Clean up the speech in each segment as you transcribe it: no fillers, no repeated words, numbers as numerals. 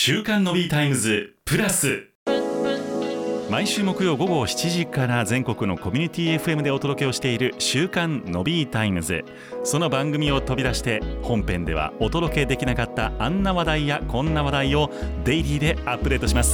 週刊の B タイムズプラス、毎週木曜午後7時から全国のコミュニティ FM でお届けをしている週刊の B タイムズ。その番組を飛び出して本編ではお届けできなかったあんな話題やこんな話題をデイリーでアップデートします。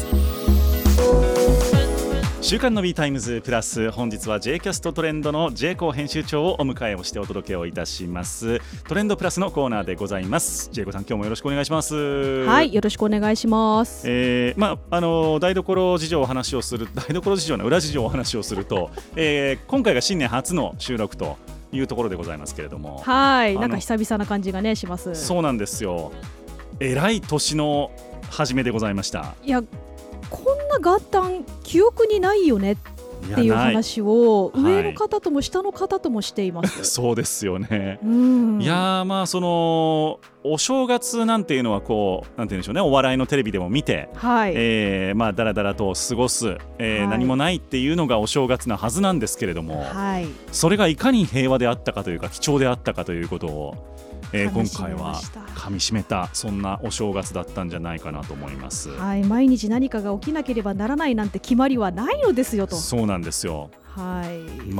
週刊の B タイムズプラス、本日は J キャストトレンドの J コー編集長をお迎えをしてお届けをいたします。トレンドプラスのコーナーでございます。 J コさん、今日もよろしくお願いします。 はい、よろしくお願いします。 台所事情を話をする台所事情の裏事情を話をすると、今回が新年初の収録というところでございますけれども、 はい、なんか久々な感じがねします。 そうなんですよ。えらい年の初めでございました。 いや、こんな元旦記憶にないよねっていう話を上の方とも下の方ともしています。 そうですよね。 いや、そのお正月なんていうのはこう、なんていうんでしょうね、お笑いのテレビでも見て、 はい、 だらだらと過ごす、何もないっていうのがお正月なはずなんですけれども、 はい、 それがいかに平和であったかというか貴重であったかということを、今回は噛み締めた、そんなお正月だったんじゃないかなと思います。 はい、毎日何かが起きなければならないなんて決まりはないのですよと。 そうなんですよ。 はい、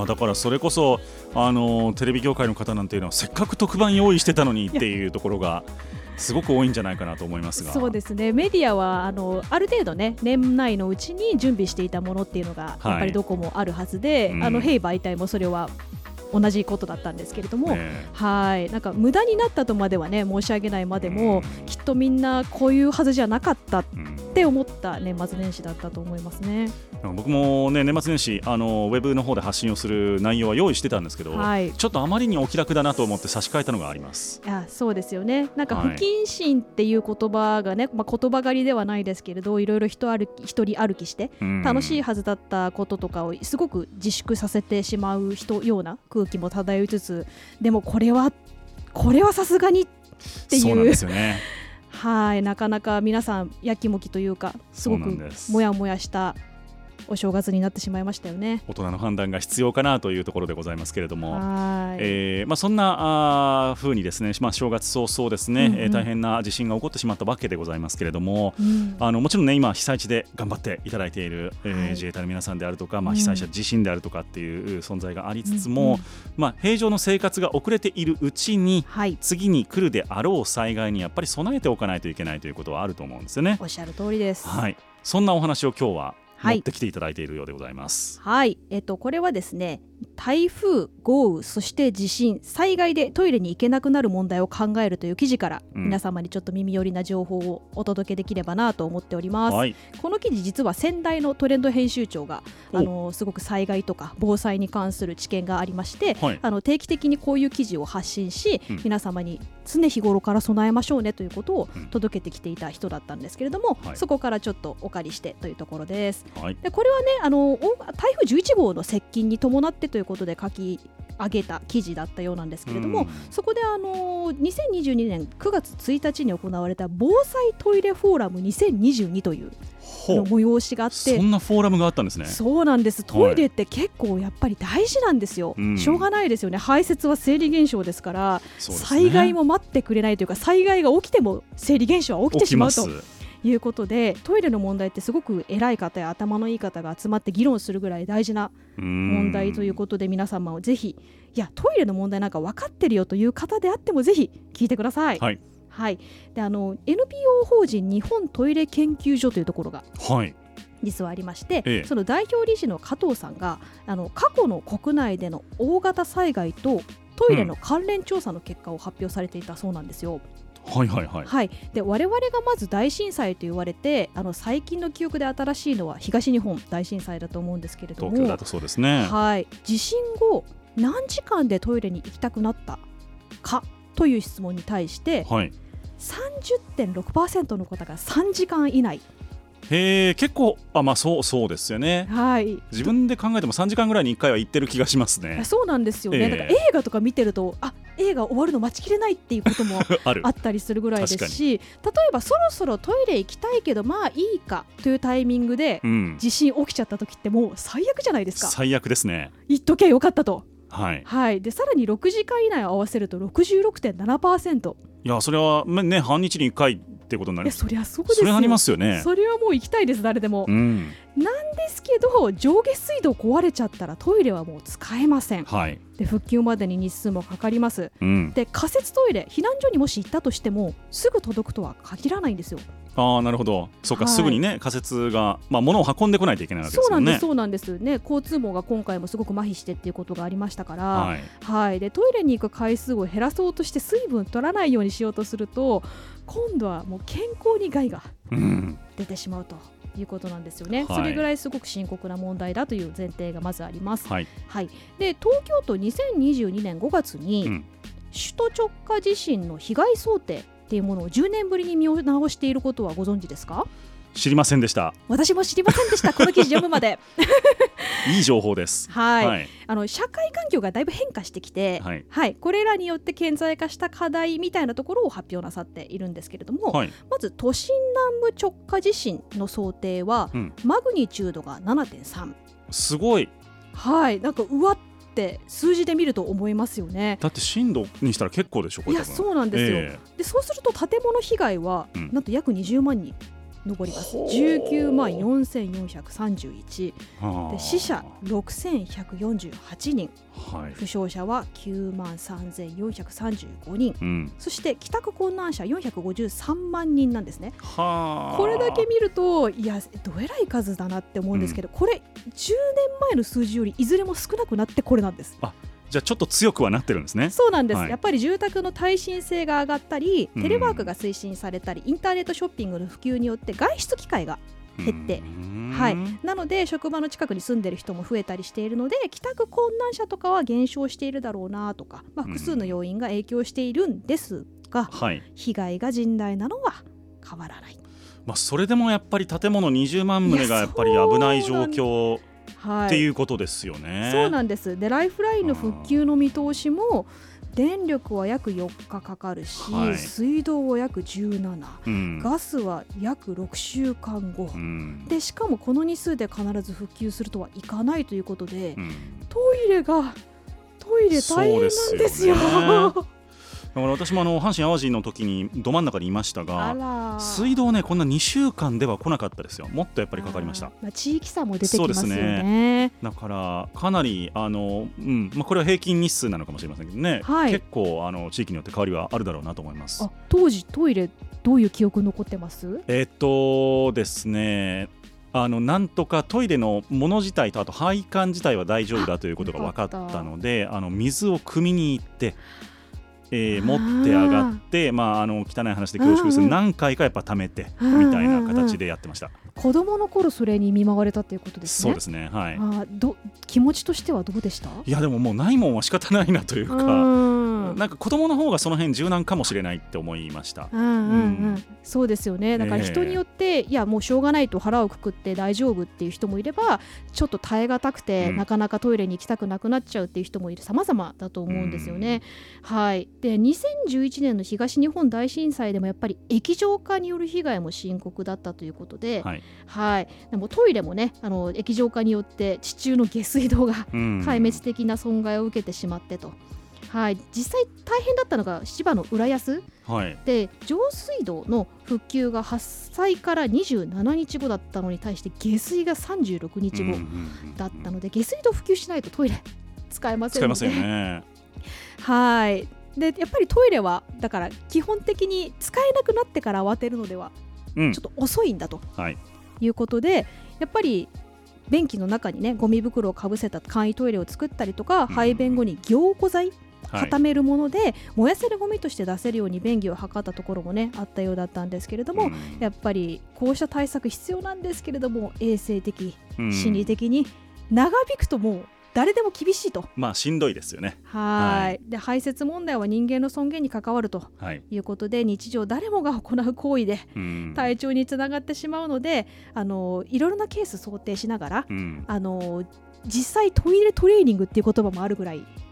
だからそれこそテレビ業界の方なんていうのはせっかく特番用意してたのにっていうところがすごく多いんじゃないかなと思いますが。 そうですね、メディアはある程度ね、年内のうちに準備していたものっていうのがやっぱりどこもあるはずで、弊媒体もそれは同じことだったんですけれども、はい、なんか無駄になったとまではね申し上げないまでも、きっとみんなこういうはずじゃなかったって思った年末年始だったと思いますね。 僕もね、年末年始ウェブの方で発信をする内容は用意してたんですけど、 はい、 ちょっとあまりにお気楽だなと思って差し替えたのがあります。 いや、そうですよね。なんか不謹慎っていう言葉がね、言葉狩りではないですけれど、いろいろ一人歩きして楽しいはずだったこととかをすごく自粛させてしまうような空気も漂いつつ、でもこれはさすがにっていう、 そうなんですよね。 はい、なかなか皆さんやきもきというか、すごくもやもやしたお正月になってしまいましたよね。 大人の判断が必要かなというところでございますけれども、そんな風にですね、正月早々ですね、大変な地震が起こってしまったわけでございますけれども、もちろんね、今被災地で頑張っていただいている、自衛隊の皆さんであるとか、被災者自身であるとかっていう存在がありつつも、平常の生活が遅れているうちに、次に来るであろう災害にやっぱり備えておかないといけないということはあると思うんですよね。 おっしゃる通りです。 はい、そんなお話を今日は持ってきていただいているようでございます。 はい、これはですね、台風、豪雨、そして地震、災害でトイレに行けなくなる問題を考えるという記事から、皆様にちょっと耳寄りな情報をお届けできればなと思っております。この記事、実は先代のトレンド編集長がすごく災害とか防災に関する知見がありまして、定期的にこういう記事を発信し、皆様に常日頃から備えましょうねということを届けてきていた人だったんですけれども、そこからちょっとお借りしてというところです。でこれはね、台風11号の接近に伴ってということで書き上げた記事だったようなんですけれども、そこで2022年9月1日に行われた防災トイレフォーラム2022という催しがあって、 そんなフォーラムがあったんですね。 そうなんです。トイレって結構やっぱり大事なんですよ。しょうがないですよね。排泄は生理現象ですから、災害も待ってくれないというか、災害が起きても生理現象は起きてしまうということで、トイレの問題ってすごく偉い方や頭のいい方が集まって議論するぐらい大事な問題ということで、皆様をぜひ、いやトイレの問題なんか分かってるよという方であってもぜひ聞いてください。でNPO 法人日本トイレ研究所というところが、実はありまして、その代表理事の加藤さんが過去の国内での大型災害とトイレの関連調査の結果を発表されていたそうなんですよ。で我々がまず大震災と言われて、最近の記憶で新しいのは東日本大震災だと思うんですけれども、 東京だとそうですね。 地震後何時間でトイレに行きたくなったかという質問に対して、30.6% の方が3時間以内。 結構そうですよね。自分で考えても3時間ぐらいに1回は行ってる気がしますね。 そうなんですよね。だから映画とか見てると、映画終わるの待ちきれないっていうこともあったりするぐらいですし、例えばそろそろトイレ行きたいけどいいかというタイミングで地震起きちゃった時ってもう最悪じゃないですか。 最悪ですね。 言っとけよかったと。 でさらに6時間以内を合わせると 66.7%。 いや、それはね、半日に1回っっていうことになります。 そりゃそうですよ。 それありますよね。 それはもう行きたいです、誰でも、なんですけど上下水道壊れちゃったらトイレはもう使えません、で復旧までに日数もかかります、で仮設トイレ、避難所にもし行ったとしてもすぐ届くとは限らないんですよ。 なるほど。そうか、すぐにね仮設が、物を運んでこないといけないわけですよね。 そうなんですね。交通網が今回もすごく麻痺してっていうことがありましたから、でトイレに行く回数を減らそうとして水分取らないようにしようとすると今度はもう健康に害が出てしまうということなんですよね、それぐらいすごく深刻な問題だという前提がまずあります、で東京都2022年5月に、首都直下地震の被害想定っていうものを10年ぶりに見直していることはご存知ですか？ 知りませんでした。 私も知りませんでしたこの記事読むまでいい情報です。 社会環境がだいぶ変化してきて、これらによって顕在化した課題みたいなところを発表なさっているんですけれども、まず都心南部直下地震の想定は、マグニチュードが 7.3。 すごい。 なんかうわって数字で見ると思いますよね。 だって震度にしたら結構でしょこれ。 そうなんですよ、でそうすると建物被害は、なんと約20万人上ります。19万4431で死者6148人、負傷者は9万3435人、そして帰宅困難者453万人なんですね。これだけ見るとどえらい数だなって思うんですけど、これ10年前の数字よりいずれも少なくなってこれなんです。 じゃあちょっと強くはなってるんですね。 そうなんです、やっぱり住宅の耐震性が上がったり、テレワークが推進されたり、インターネットショッピングの普及によって外出機会が減って、なので職場の近くに住んでる人も増えたりしているので、帰宅困難者とかは減少しているだろうなとか、複数の要因が影響しているんですが、被害が甚大なのは変わらない。 それでもやっぱり建物20万棟がやっぱり危ない状況っていうことですよね。 そうなんです。でライフラインの復旧の見通しも電力は約4日かかるし、水道は約17、ガスは約6週間後、でしかもこの日数で必ず復旧するとはいかないということで、トイレ大変なんですよ。 だから私も阪神・淡路の時にど真ん中にいましたが、水道ねこんな2週間では来なかったですよ。もっとやっぱりかかりました。 地域差も出てきますよね。 だからかなりこれは平均日数なのかもしれませんけどね、結構地域によって変わりはあるだろうなと思います。 当時トイレどういう記憶残ってます？ ですね、なんとかトイレのもの自体とあと配管自体は大丈夫だということが分かったので、水を汲みに行って持って上がって、汚い話で恐縮です。何回かやっぱ貯めてみたいな形でやってました。 子供の頃それに見舞われたということですね。 そうですね、 気持ちとしてはどうでした？ でももうないもんは仕方ないなというか、なんか子供の方がその辺柔軟かもしれないって思いました。 そうですよね。だから人によって、もうしょうがないと腹をくくって大丈夫っていう人もいれば、ちょっと耐え難くて、なかなかトイレに行きたくなくなっちゃうっていう人もいる、様々だと思うんですよね。で2011年の東日本大震災でもやっぱり液状化による被害も深刻だったということで、でもトイレもね液状化によって地中の下水道が壊滅的な損害を受けてしまってと、実際大変だったのが千葉の浦安、で上水道の復旧が発災から27日後だったのに対して下水が36日後だったので、下水道普及しないとトイレ使えませんので、 使えませんよね。 でやっぱりトイレはだから基本的に使えなくなってから慌てるのではちょっと遅いんだということで、やっぱり便器の中にねゴミ袋をかぶせた簡易トイレを作ったりとか、排便後に凝固剤固めるもので燃やせるゴミとして出せるように便宜を図ったところもねあったようだったんですけれども、やっぱりこうした対策必要なんですけれども、衛生的、心理的に長引くともう誰でも厳しいと。 しんどいですよね。 で排泄問題は人間の尊厳に関わるということで、日常誰もが行う行為で体調につながってしまうので、いろいろなケース想定しながら、実際トイレトレーニングっていう言葉もあるぐらい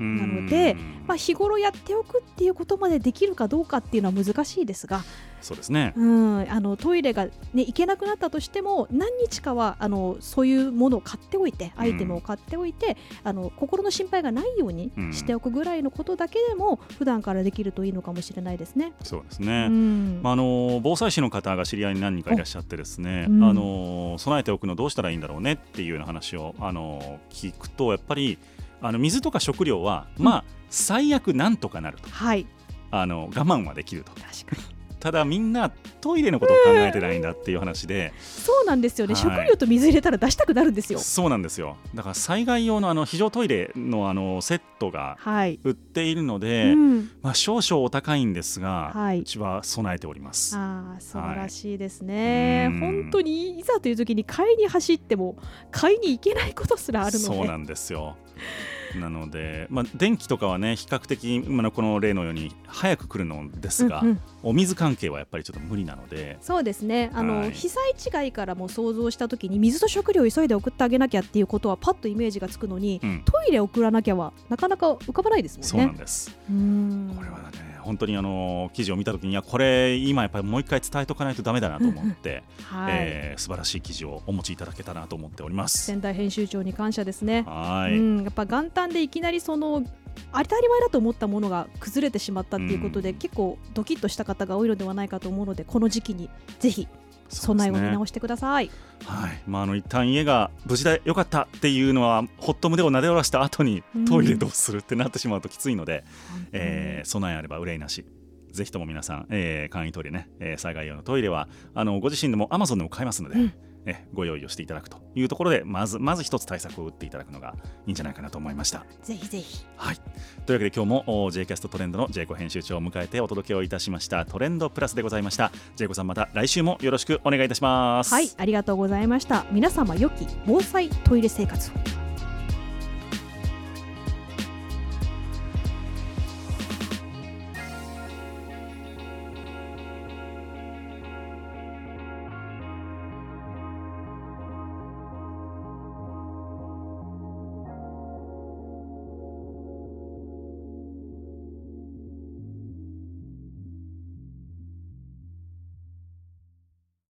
なので、日頃やっておくっていうことまでできるかどうかっていうのは難しいですが、 そうですね、 トイレが、行けなくなったとしても何日かはそういうものを買っておいて、アイテムを買っておいて、心の心配がないようにしておくぐらいのことだけでも普段からできるといいのかもしれないですね。 そうですね、防災士の方が知り合いに何人かいらっしゃってですね、備えておくのどうしたらいいんだろうねっていうような話を聞くと、やっぱり水とか食料は、最悪なんとかなると、我慢はできると。確かにただみんなトイレのことを考えてないんだっていう話で、 そうなんですよね、食料と水入れたら出したくなるんですよ。 そうなんですよ。だから災害用の非常トイレのセットが売っているので、少々お高いんですが、うちは備えております。 素晴らしいですね。本当にいざという時に買いに走っても買いに行けないことすらあるので。 そうなんですよ。なので、電気とかはね比較的今のこの例のように早く来るのですが、お水関係はやっぱりちょっと無理なので。 そうですね、被災地外からも想像した時に水と食料を急いで送ってあげなきゃっていうことはパッとイメージがつくのに、トイレ送らなきゃはなかなか浮かばないですもんね。 そうなんです。これはね本当に記事を見た時にこれ今やっぱりもう一回伝えとかないとダメだなと思って、素晴らしい記事をお持ちいただけたなと思っております。 仙台編集長に感謝ですね。やっぱ元旦でいきなり当たり前だと思ったものが崩れてしまったっていうことで、結構ドキッとした方が多いのではないかと思うので、この時期にぜひ備えを見直してください。 一旦家が無事でよかったっていうのはほっと胸をなで下ろした後にトイレどうするってなってしまうときついので、備えあれば憂いなし。ぜひとも皆さん、簡易トイレね、災害用のトイレはご自身でも Amazon でも買えますので、ご用意をしていただくというところでまず一つ対策を打っていただくのがいいんじゃないかなと思いました。 ぜひぜひ。 というわけで今日も J キャストトレンドの J コ編集長を迎えてお届けをいたしましたトレンドプラスでございました。 J コさん、また来週もよろしくお願いいたします。 ありがとうございました。皆様良き防災トイレ生活を。